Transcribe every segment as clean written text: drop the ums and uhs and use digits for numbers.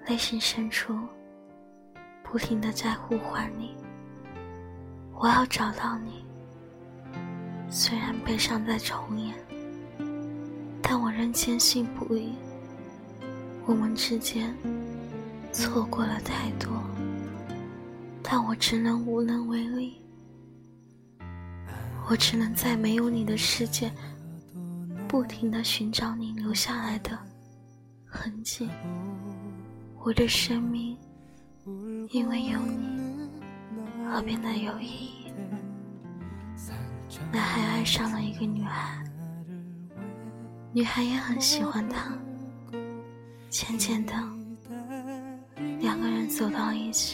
内心深处不停地在呼唤你，我要找到你。虽然悲伤在重演，但我仍坚信不疑，我们之间错过了太多，但我只能无能为力。我只能在没有你的世界不停地寻找你留下来的痕迹。我的生命因为有你而变得有意义。男孩爱上了一个女孩，女孩也很喜欢他。渐渐的，两个人走到了一起。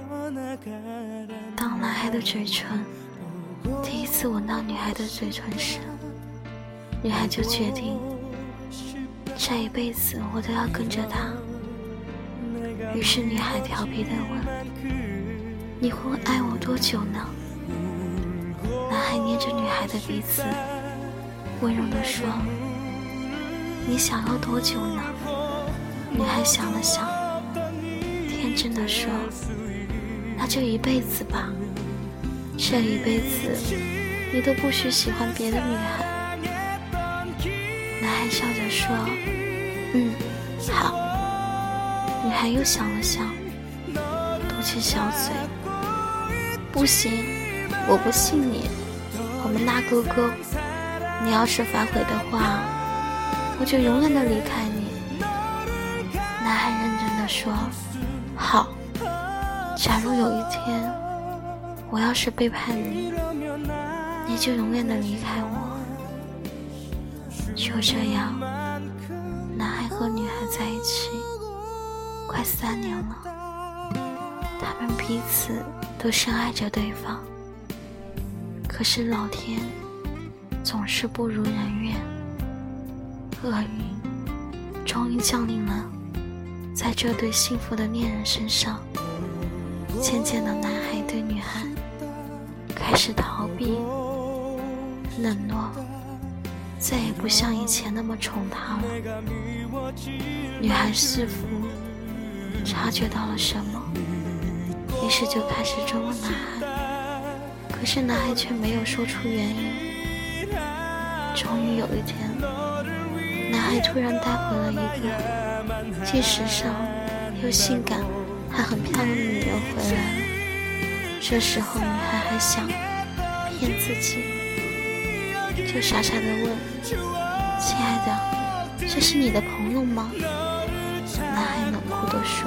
当男孩的嘴唇第一次吻到女孩的嘴唇时，女孩就决定这一辈子我都要跟着他。于是女孩调皮地问：你会爱我多久呢？男孩捏着女孩的鼻子，温柔地说：你想要多久呢？女孩想了想，天真地说：那就一辈子吧，这一辈子你都不许喜欢别的女孩。男孩笑着说：好。女孩又想了想，嘟起小嘴：不行，我不信你，我们拉勾勾，你要是反悔的话，我就永远的离开你。男孩认真地说：好，假如有一天我要是背叛你，你就永远的离开我。就这样，男孩和女孩在一起快3年了，他们彼此都深爱着对方。可是老天总是不如人愿，厄运终于降临了在这对幸福的恋人身上。渐渐的，男孩对女孩开始逃避、冷落，再也不像以前那么宠他了。女孩似乎察觉到了什么，于是就开始追问男孩，可是男孩却没有说出原因。终于有一天，男孩突然带回了一个既时尚又性感还很漂亮的女人回来了。这时候女孩还想骗自己，就傻傻地问：亲爱的，这是你的朋友吗？男孩冷酷地说：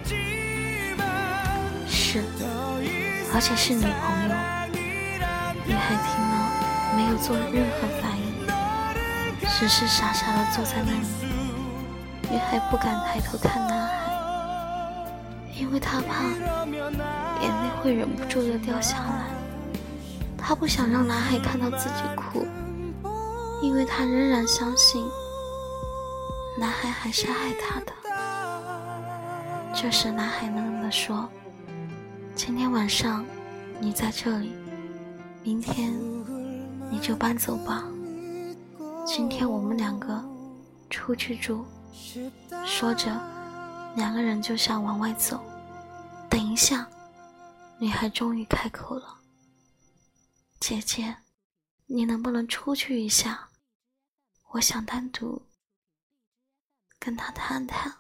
是，而且是女朋友。女孩听了没有做任何反应，只是傻傻地坐在那里。女孩不敢抬头看男孩，因为她怕眼泪会忍不住地掉下来。她不想让男孩看到自己哭，因为她仍然相信男孩还是爱她的。这时男孩冷冷地说：今天晚上你在这里，明天你就搬走吧。今天我们两个出去住。说着，两个人就想往外走。等一下，女孩终于开口了：姐姐，你能不能出去一下？我想单独跟他谈谈。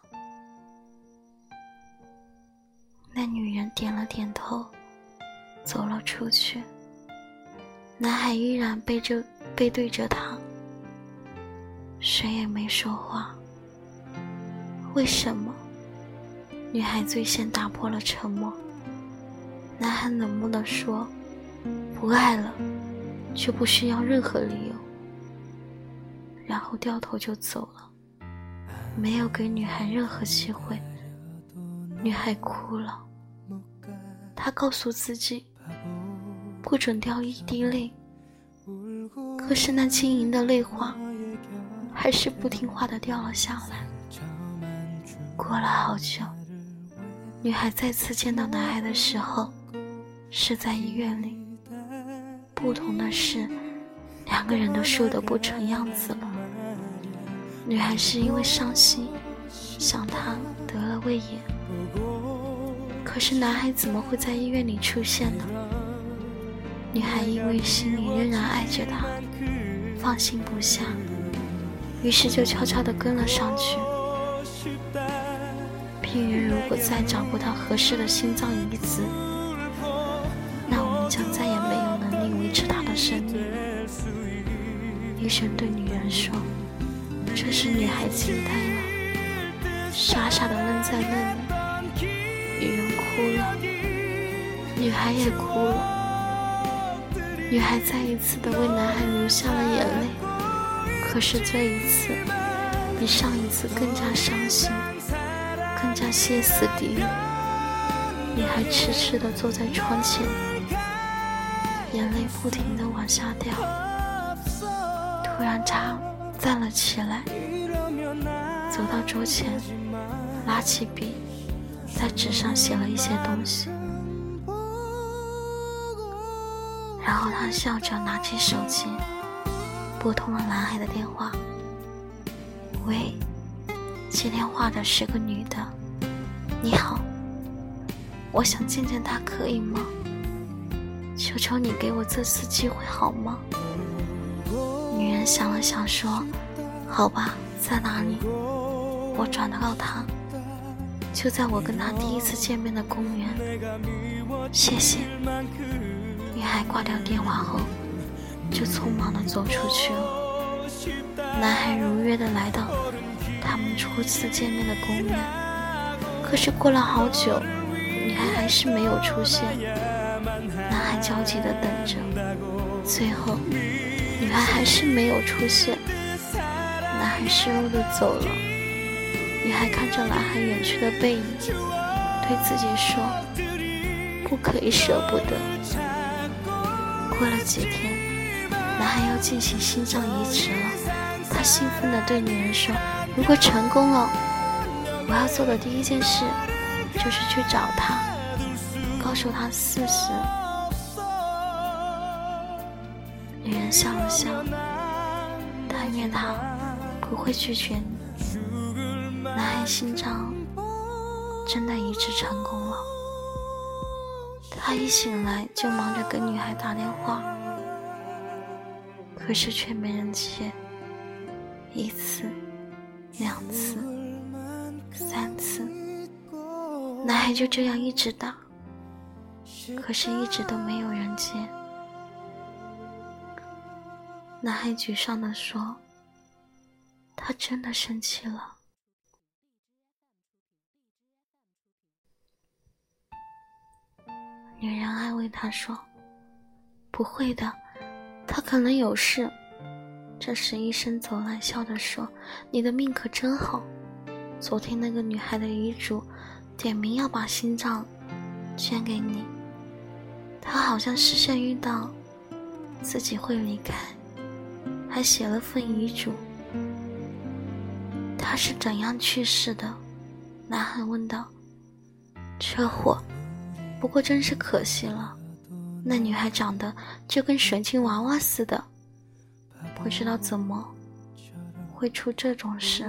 那女人点了点头，走了出去。男孩依然背对着她，谁也没说话。为什么？女孩最先打破了沉默。男孩冷漠地说：不爱了，就不需要任何理由。然后掉头就走了，没有给女孩任何机会。女孩哭了，她告诉自己不准掉一滴泪，可是那晶莹的泪花还是不听话地掉了下来。过了好久，女孩再次见到男孩的时候是在医院里。不同的是，两个人都瘦得不成样子了。女孩是因为伤心， 想他得了胃炎。可是男孩怎么会在医院里出现呢？女孩因为心里仍然爱着他，放心不下，于是就悄悄地跟了上去。病人如果再找不到合适的心脏移植，那我们将再也没有能力维持他的生命。医生对女人说。这时女孩惊呆了，傻傻地愣在那里。女人哭了，女孩也哭了。女孩再一次地为男孩流下了眼泪，可是这一次比上一次更加伤心，更加歇斯底里。女孩痴痴地坐在窗前，眼泪不停地往下掉。突然她站了起来，走到桌前，拿起笔，在纸上写了一些东西。然后她笑着拿起手机，拨通了男孩的电话。喂，接电话的是个女的。你好，我想见见她，可以吗？求求你给我这次机会好吗？女人想了想说，好吧，在哪里？我转告她，就在我跟她第一次见面的公园。谢谢。女孩挂掉电话后，就匆忙地走出去了。男孩如约地来到他们初次见面的公园，可是过了好久，女孩还是没有出现。男孩焦急地等着，最后女孩还是没有出现。男孩失落地走了。女孩看着男孩远去的背影，对自己说，不可以舍不得。过了几天，男孩要进行心脏移植了。他兴奋地对女人说，如果成功了，我要做的第一件事就是去找他，告诉他事实。女人笑了笑，但愿他不会拒绝你。男孩心脏真的移植成功了。他一醒来就忙着给女孩打电话，可是却没人接。一次、两次、三次，男孩就这样一直打，可是一直都没有人接。男孩沮丧地说，他真的生气了。女人安慰他说，不会的，他可能有事。这时医生走来，笑着说，你的命可真好，昨天那个女孩的遗嘱点名要把心脏捐给你，她好像事先遇到自己会离开，还写了份遗嘱。她是怎样去世的？男孩问道。车祸，不过真是可惜了，那女孩长得就跟水晶娃娃似的，不知道怎么会出这种事。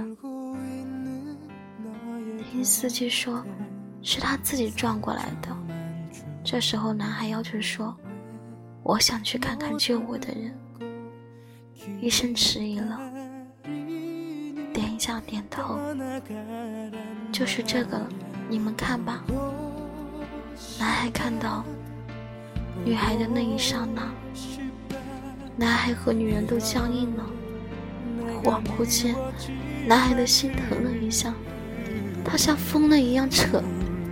听司机说是他自己撞过来的。这时候男孩要求说，我想去看看救我的人。医生迟疑了，点一下点头，就是这个了，你们看吧。男孩看到女孩的那一刹那，男孩和女人都僵硬了。恍惚间，男孩的心疼了一下，他像疯了一样扯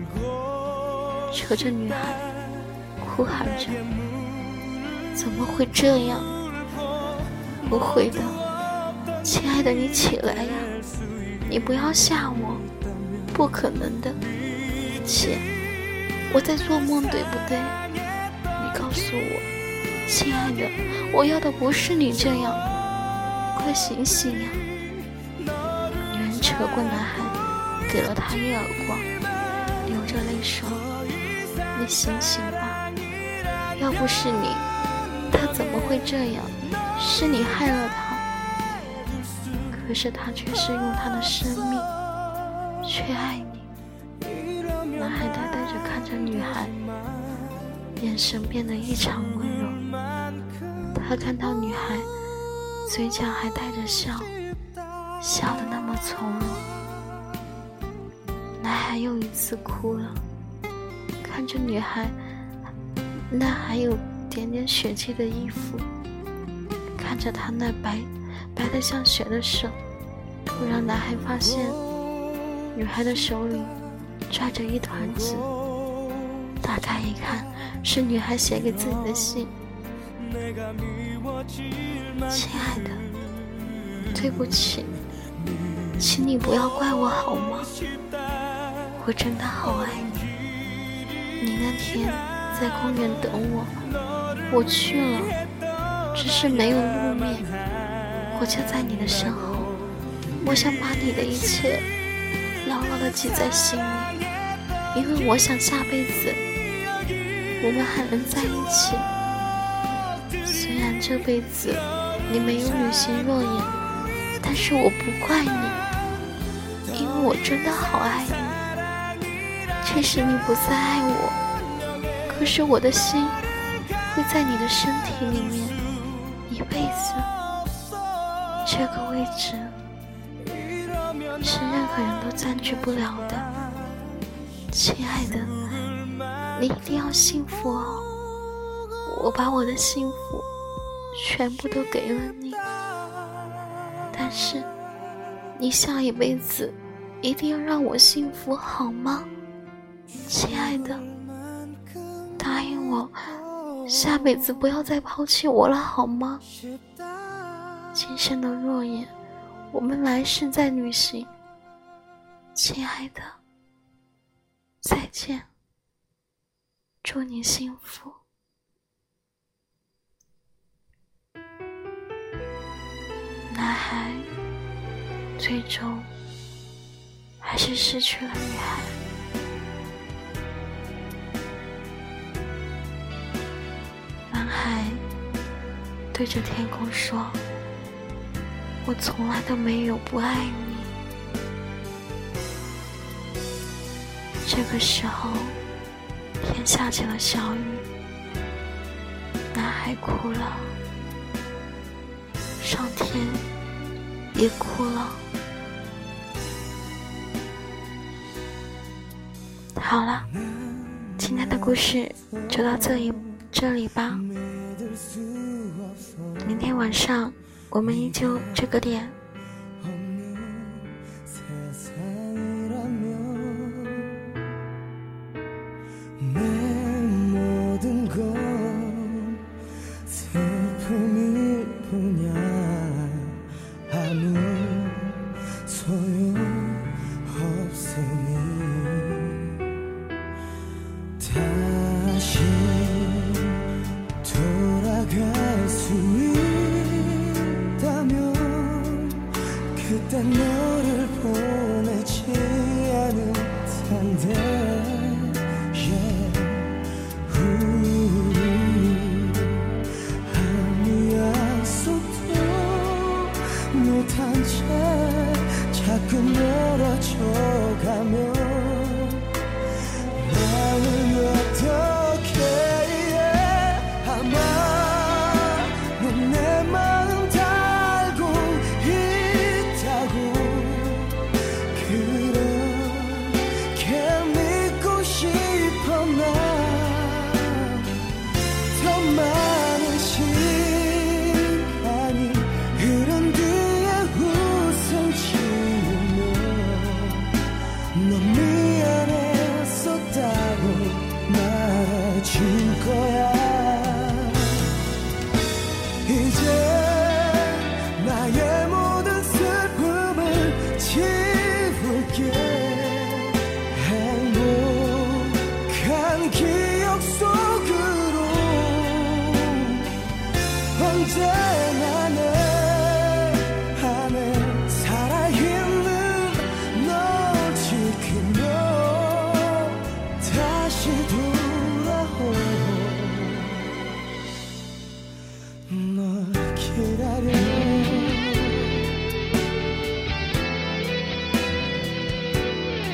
着女孩，哭喊着，怎么会这样？不会的，亲爱的，你起来呀，你不要吓我，不可能的，切，我在做梦对不对？你告诉我，亲爱的，我要的不是你这样，快醒醒呀！女人扯过男孩，给了他一耳光，流着泪说，你醒醒吧，要不是你，他怎么会这样？是你害了他。可是他却是用他的生命却爱你。男孩呆呆着看着女孩，眼神变得异常温柔。他看到女孩嘴角还带着笑，笑得那么从容。男孩又一次哭了，看着女孩那还有点点血迹的衣服，看着她那白得像雪的手，突然男孩发现女孩的手里抓着一团纸，打开一看，是女孩写给自己的信。亲爱的，对不起，请你不要怪我好吗？我真的好爱你。你那天在公园等我，我去了，只是没有露面，我就在你的身后。我想把你的一切牢牢地记在心里，因为我想下辈子我们还能在一起。虽然这辈子你没有履行诺言，但是我不怪你，因为我真的好爱你。即使你不再爱我，可是我的心会在你的身体里面一辈子。这个位置是任何人都占据不了的。亲爱的，你一定要幸福哦。我把我的幸福全部都给了你，但是你下一辈子一定要让我幸福好吗？亲爱的，答应我，下辈子不要再抛弃我了好吗？今生的诺言，我们来世再履行。亲爱的，再见，祝你幸福。男孩最终还是失去了女孩。男孩对着天空说，我从来都没有不爱你。这个时候天下起了小雨，男孩哭了，上天也哭了。好了，今天的故事就到这里吧。明天晚上我们依旧这个点。 너를 보내지 않을 텐데 아무 약속도 못한 채 자꾸 멀어져 가면 나는 어떻게 해 아마 넌 내 마음 다 알고 있다고 그렇게 믿고 싶어 나 더 많은 시간이 흐른 뒤에 웃음 지으며 넌 미안했었다고 말해줄 거야 이제 나의 모든 슬픔을 지울게 행복한 기억 속으로 언제나 내 안에 살아있는 널 지키며 다시 돌아오 널 기다려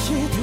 다시